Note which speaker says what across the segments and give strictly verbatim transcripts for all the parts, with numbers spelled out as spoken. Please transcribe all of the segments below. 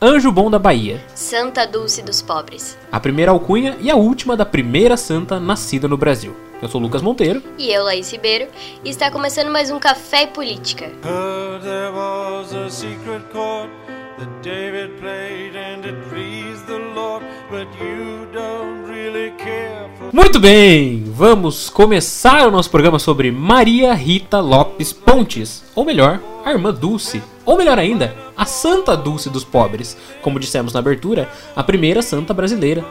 Speaker 1: Anjo Bom da Bahia,
Speaker 2: Santa Dulce dos Pobres,
Speaker 1: a primeira alcunha e a última da primeira santa nascida no Brasil. Eu sou Lucas Monteiro.
Speaker 2: E eu, Laís Ribeiro, e está começando mais um Café e Política.
Speaker 1: Muito bem, vamos começar o nosso programa sobre Maria Rita Lopes Pontes, ou melhor, a Irmã Dulce, ou melhor ainda, a Santa Dulce dos Pobres, como dissemos na abertura, a primeira santa brasileira.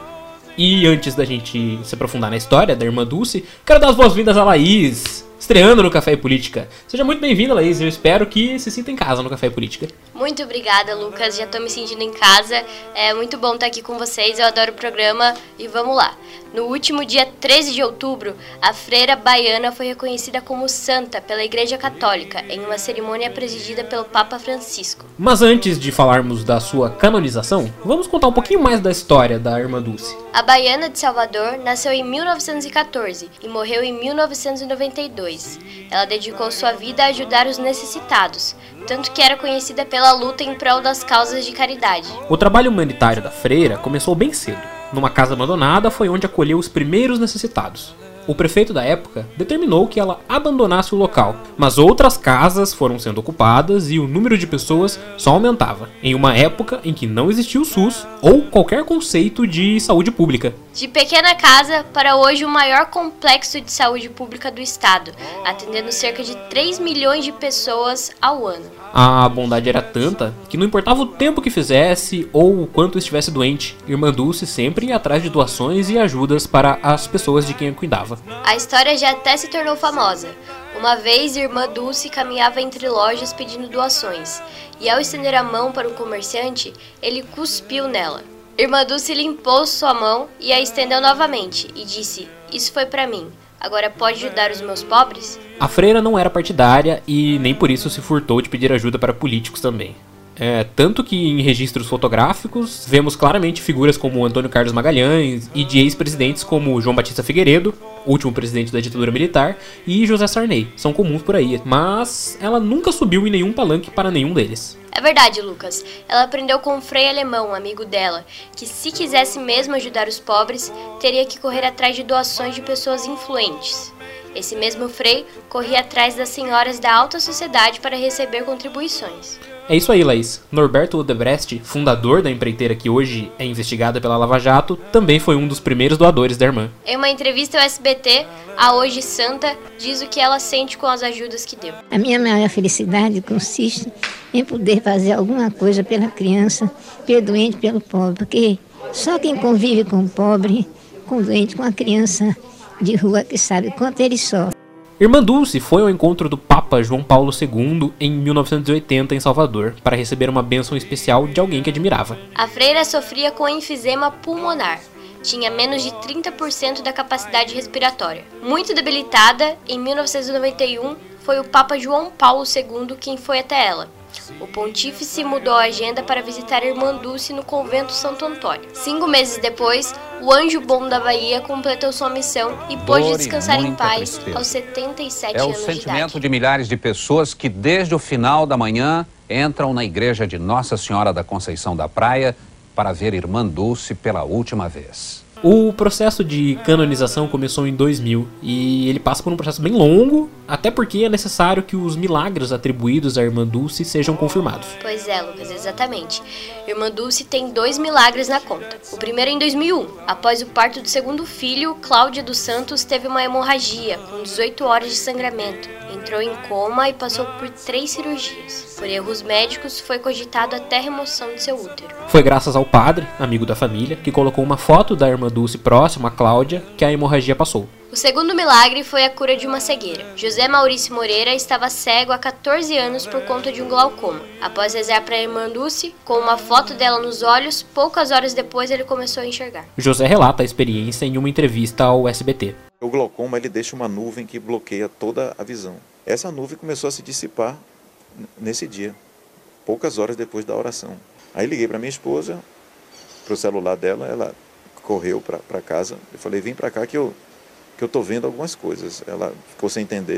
Speaker 1: E antes da gente se aprofundar na história da Irmã Dulce, quero dar as boas-vindas a Laís, estreando no Café e Política. Seja muito bem-vinda, Laís, eu espero que se sinta em casa no Café e Política.
Speaker 2: Muito obrigada, Lucas, já tô me sentindo em casa, é muito bom estar aqui com vocês, eu adoro o programa e vamos lá. No último dia treze de outubro, a freira baiana foi reconhecida como santa pela Igreja Católica em uma cerimônia presidida pelo Papa Francisco.
Speaker 1: Mas antes de falarmos da sua canonização, vamos contar um pouquinho mais da história da Irmã Dulce.
Speaker 2: A baiana de Salvador nasceu em mil novecentos e catorze e morreu em mil novecentos e noventa e dois. Ela dedicou sua vida a ajudar os necessitados, tanto que era conhecida pela luta em prol das causas de caridade.
Speaker 1: O trabalho humanitário da freira começou bem cedo. Numa casa abandonada foi onde acolheu os primeiros necessitados. O prefeito da época determinou que ela abandonasse o local, mas outras casas foram sendo ocupadas e o número de pessoas só aumentava, em uma época em que não existia o SUS ou qualquer conceito de saúde pública.
Speaker 2: De pequena casa para hoje o maior complexo de saúde pública do estado, atendendo cerca de três milhões de pessoas ao ano.
Speaker 1: A bondade era tanta que não importava o tempo que fizesse ou o quanto estivesse doente, Irmã Dulce sempre ia atrás de doações e ajudas para as pessoas de quem a cuidava.
Speaker 2: A história já até se tornou famosa. Uma vez, Irmã Dulce caminhava entre lojas pedindo doações, e ao estender a mão para um comerciante, ele cuspiu nela. Irmã Dulce limpou sua mão e a estendeu novamente, e disse, isso foi para mim. Agora pode ajudar os meus pobres?
Speaker 1: A freira não era partidária e nem por isso se furtou de pedir ajuda para políticos também. É, tanto que em registros fotográficos vemos claramente figuras como Antônio Carlos Magalhães e de ex-presidentes como João Batista Figueiredo, último presidente da ditadura militar, e José Sarney. São comuns por aí, mas ela nunca subiu em nenhum palanque para nenhum deles.
Speaker 2: É verdade, Lucas. Ela aprendeu com um frei alemão, um amigo dela, que se quisesse mesmo ajudar os pobres, teria que correr atrás de doações de pessoas influentes. Esse mesmo frei corria atrás das senhoras da alta sociedade para receber contribuições.
Speaker 1: É isso aí, Laís. Norberto Odebrecht, fundador da empreiteira que hoje é investigada pela Lava Jato, também foi um dos primeiros doadores da irmã.
Speaker 2: Em uma entrevista ao S B T, a hoje santa diz o que ela sente com as ajudas que deu.
Speaker 3: A minha maior felicidade consiste em poder fazer alguma coisa pela criança, pelo doente, pelo pobre, porque só quem convive com o pobre, com o doente, com a criança de rua que sabe quanto ele sofre.
Speaker 1: Irmã Dulce foi ao encontro do Papa João Paulo segundo em mil novecentos e oitenta em Salvador para receber uma bênção especial de alguém que admirava.
Speaker 2: A freira sofria com enfisema pulmonar. Tinha menos de trinta por cento da capacidade respiratória. Muito debilitada, em mil novecentos e noventa e um foi o Papa João Paulo segundo quem foi até ela. O pontífice mudou a agenda para visitar a Irmã Dulce no convento Santo Antônio. Cinco meses depois, o Anjo Bom da Bahia completou sua missão e pôde
Speaker 4: Dor
Speaker 2: descansar
Speaker 4: e
Speaker 2: em paz
Speaker 4: tristeza.
Speaker 2: aos setenta e sete
Speaker 4: É o
Speaker 2: anos de idade.
Speaker 4: sentimento de milhares de pessoas que desde o final da manhã entram na igreja de Nossa Senhora da Conceição da Praia para ver Irmã Dulce pela última vez.
Speaker 1: O processo de canonização começou em dois mil e ele passa por um processo bem longo, até porque é necessário que os milagres atribuídos à Irmã Dulce sejam confirmados.
Speaker 2: Pois é, Lucas, exatamente. Irmã Dulce tem dois milagres na conta. O primeiro em dois mil e um. Após o parto do segundo filho, Cláudia dos Santos teve uma hemorragia, com dezoito horas de sangramento. Entrou em coma e passou por três cirurgias. Por erros médicos, foi cogitado até remoção de seu útero.
Speaker 1: Foi graças ao padre, amigo da família, que colocou uma foto da Irmã Dulce próxima a Cláudia, que a hemorragia passou.
Speaker 2: O segundo milagre foi a cura de uma cegueira. José Maurício Moreira estava cego há catorze anos por conta de um glaucoma. Após rezar para a Irmã Dulce, com uma foto dela nos olhos, poucas horas depois ele começou a enxergar.
Speaker 1: José relata a experiência em uma entrevista ao S B T.
Speaker 5: O glaucoma ele deixa uma nuvem que bloqueia toda a visão. Essa nuvem começou a se dissipar nesse dia, poucas horas depois da oração. Aí liguei para minha esposa, para o celular dela, ela correu para casa. Eu falei, vem para cá que eu que eu estou vendo algumas coisas. Ela ficou sem entender.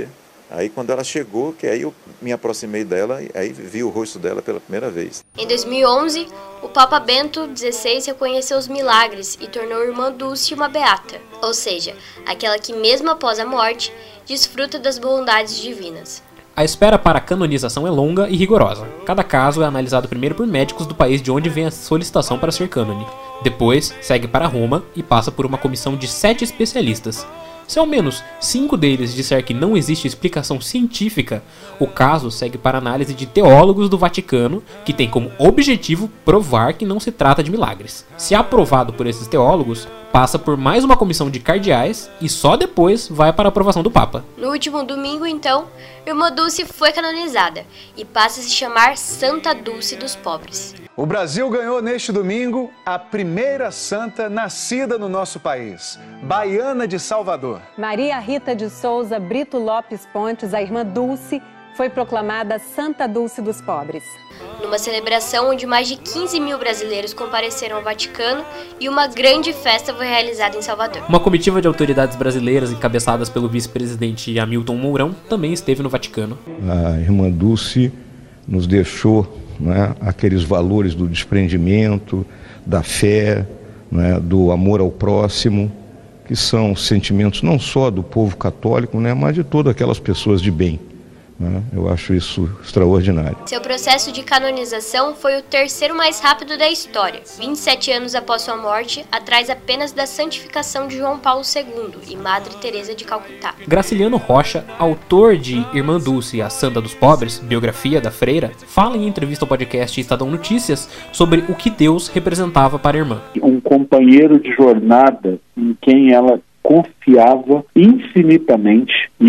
Speaker 5: Aí quando ela chegou, que aí eu me aproximei dela, e aí vi o rosto dela pela primeira vez.
Speaker 2: Em dois mil e onze, o Papa Bento dezesseis reconheceu os milagres e tornou a irmã Dulce uma beata, ou seja, aquela que mesmo após a morte, desfruta das bondades divinas.
Speaker 1: A espera para a canonização é longa e rigorosa. Cada caso é analisado primeiro por médicos do país de onde vem a solicitação para ser cânone. Depois, segue para Roma e passa por uma comissão de sete especialistas. Se ao menos cinco deles disser que não existe explicação científica, o caso segue para análise de teólogos do Vaticano, que tem como objetivo provar que não se trata de milagres. Se aprovado por esses teólogos, passa por mais uma comissão de cardeais e só depois vai para a aprovação do Papa.
Speaker 2: No último domingo, então, Irmã Dulce foi canonizada e passa a se chamar Santa Dulce dos Pobres.
Speaker 6: O Brasil ganhou neste domingo a primeira santa nascida no nosso país, baiana de Salvador.
Speaker 7: Maria Rita de Souza Brito Lopes Pontes, a irmã Dulce, foi proclamada Santa Dulce dos Pobres.
Speaker 2: Numa celebração onde mais de quinze mil brasileiros compareceram ao Vaticano e uma grande festa foi realizada em Salvador.
Speaker 1: Uma comitiva de autoridades brasileiras encabeçadas pelo vice-presidente Hamilton Mourão também esteve no Vaticano.
Speaker 8: A irmã Dulce nos deixou, né, aqueles valores do desprendimento, da fé, né, do amor ao próximo, que são sentimentos não só do povo católico, né, mas de todas aquelas pessoas de bem. Eu acho isso extraordinário.
Speaker 2: Seu processo de canonização foi o terceiro mais rápido da história, vinte e sete anos após sua morte, atrás apenas da santificação de João Paulo segundo e Madre Teresa de Calcutá.
Speaker 1: Graciliano Rocha, autor de Irmã Dulce, a Santa dos Pobres, biografia da freira, fala em entrevista ao podcast Estadão Notícias sobre o que Deus representava para a irmã.
Speaker 9: Um companheiro de jornada em quem ela confiava infinitamente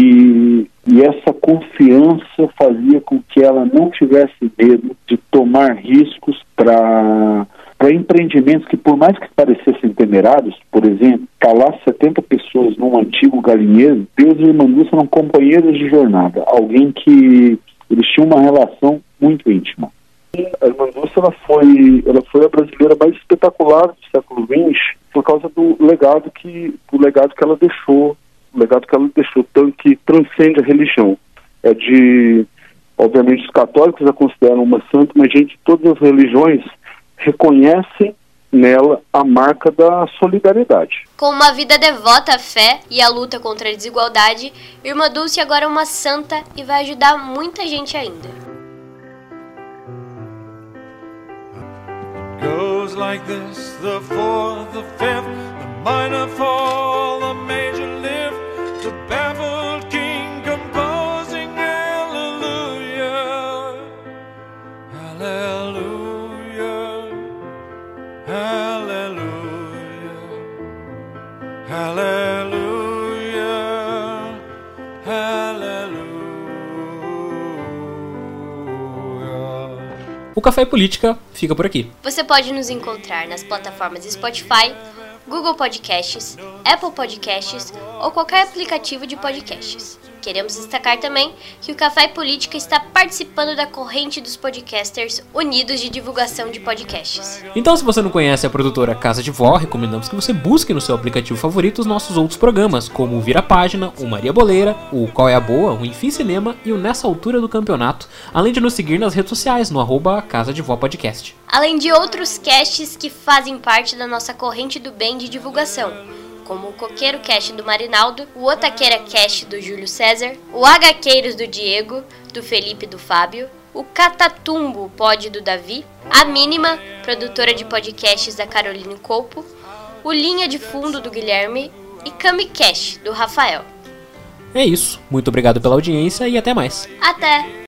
Speaker 9: e, e essa confiança fazia com que ela não tivesse medo de tomar riscos para para empreendimentos que, por mais que parecessem temerários, por exemplo, calar setenta pessoas num antigo galinheiro. Deus e a irmã Dulce eram companheiros de jornada, alguém que eles tinham uma relação muito íntima. A irmã Dulce ela foi, ela foi a brasileira mais espetacular do século vinte por causa do legado que, do legado que ela deixou, o legado que ela deixou, tanto que transcende a religião. É de, obviamente, os católicos a consideram uma santa, mas gente de todas as religiões reconhecem nela a marca da solidariedade.
Speaker 2: Com uma vida devota à fé e à luta contra a desigualdade, Irmã Dulce agora é uma santa e vai ajudar muita gente ainda.
Speaker 10: Goes like this, the fourth, the fifth, the minor fall, the major lift, the baffled king composing hallelujah, hallelujah, hallelujah, hallelujah, hallelujah.
Speaker 1: O Café e Política fica por aqui.
Speaker 2: Você pode nos encontrar nas plataformas Spotify, Google Podcasts, Apple Podcasts ou qualquer aplicativo de podcasts. Queremos destacar também que o Café e Política está participando da corrente dos podcasters unidos de divulgação de podcasts.
Speaker 1: Então, se você não conhece a produtora Casa de Vó, recomendamos que você busque no seu aplicativo favorito os nossos outros programas, como o Vira Página, o Maria Boleira, o Qual é a Boa, o Enfim Cinema e o Nessa Altura do Campeonato, além de nos seguir nas redes sociais, no arroba Casa de Vó Podcast.
Speaker 2: Além de outros casts que fazem parte da nossa corrente do bem de divulgação, como o Coqueiro Cast do Marinaldo, o Otaqueira Cast do Júlio César, o Hqueiros do Diego, do Felipe e do Fábio, o Catatumbo Pod do Davi, a Mínima, produtora de podcasts da Caroline Colpo, o Linha de Fundo do Guilherme e Camicast do Rafael.
Speaker 1: É isso, muito obrigado pela audiência e até mais.
Speaker 2: Até!